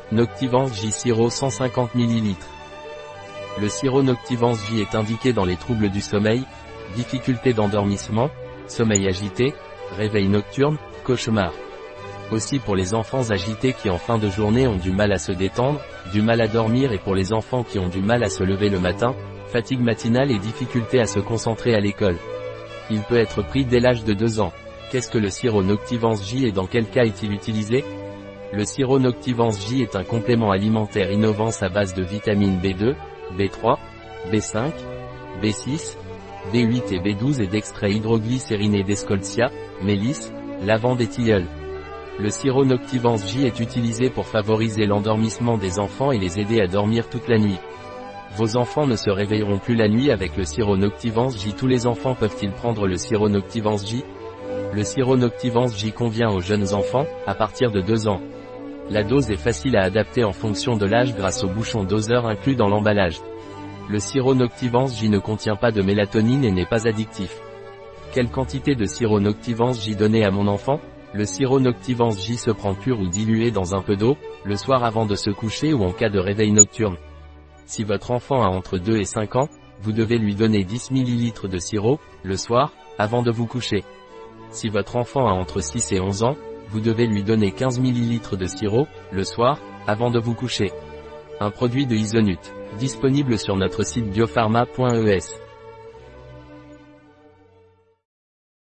Noctivance J sirop 150 ml. Le sirop Noctivance J est indiqué dans les troubles du sommeil, difficultés d'endormissement, sommeil agité, réveil nocturne, cauchemar. Aussi pour les enfants agités qui en fin de journée ont du mal à se détendre, du mal à dormir et pour les enfants qui ont du mal à se lever le matin, fatigue matinale et difficulté à se concentrer à l'école. Il peut être pris dès l'âge de 2 ans. Qu'est-ce que le sirop Noctivance J et dans quel cas est-il utilisé? Le sirop Noctivance J est un complément alimentaire innovant à base de vitamines B2, B3, B5, B6, B8 et B12 et d'extraits hydroglycériné d'escolcia, mélisse, lavande et tilleul. Le sirop Noctivance J est utilisé pour favoriser l'endormissement des enfants et les aider à dormir toute la nuit. Vos enfants ne se réveilleront plus la nuit avec le sirop Noctivance J. Tous les enfants peuvent-ils prendre le sirop Noctivance J? Le sirop Noctivance J convient aux jeunes enfants, à partir de 2 ans. La dose est facile à adapter en fonction de l'âge grâce au bouchon doseur inclus dans l'emballage. Le sirop Noctivance J ne contient pas de mélatonine et n'est pas addictif. Quelle quantité de sirop Noctivance J donner à mon enfant? Le sirop Noctivance J se prend pur ou dilué dans un peu d'eau, le soir avant de se coucher ou en cas de réveil nocturne. Si votre enfant a entre 2 et 5 ans, vous devez lui donner 10 ml de sirop, le soir, avant de vous coucher. Si votre enfant a entre 6 et 11 ans, vous devez lui donner 15 ml de sirop, le soir, avant de vous coucher. Un produit de Isonut, disponible sur notre site biopharma.es.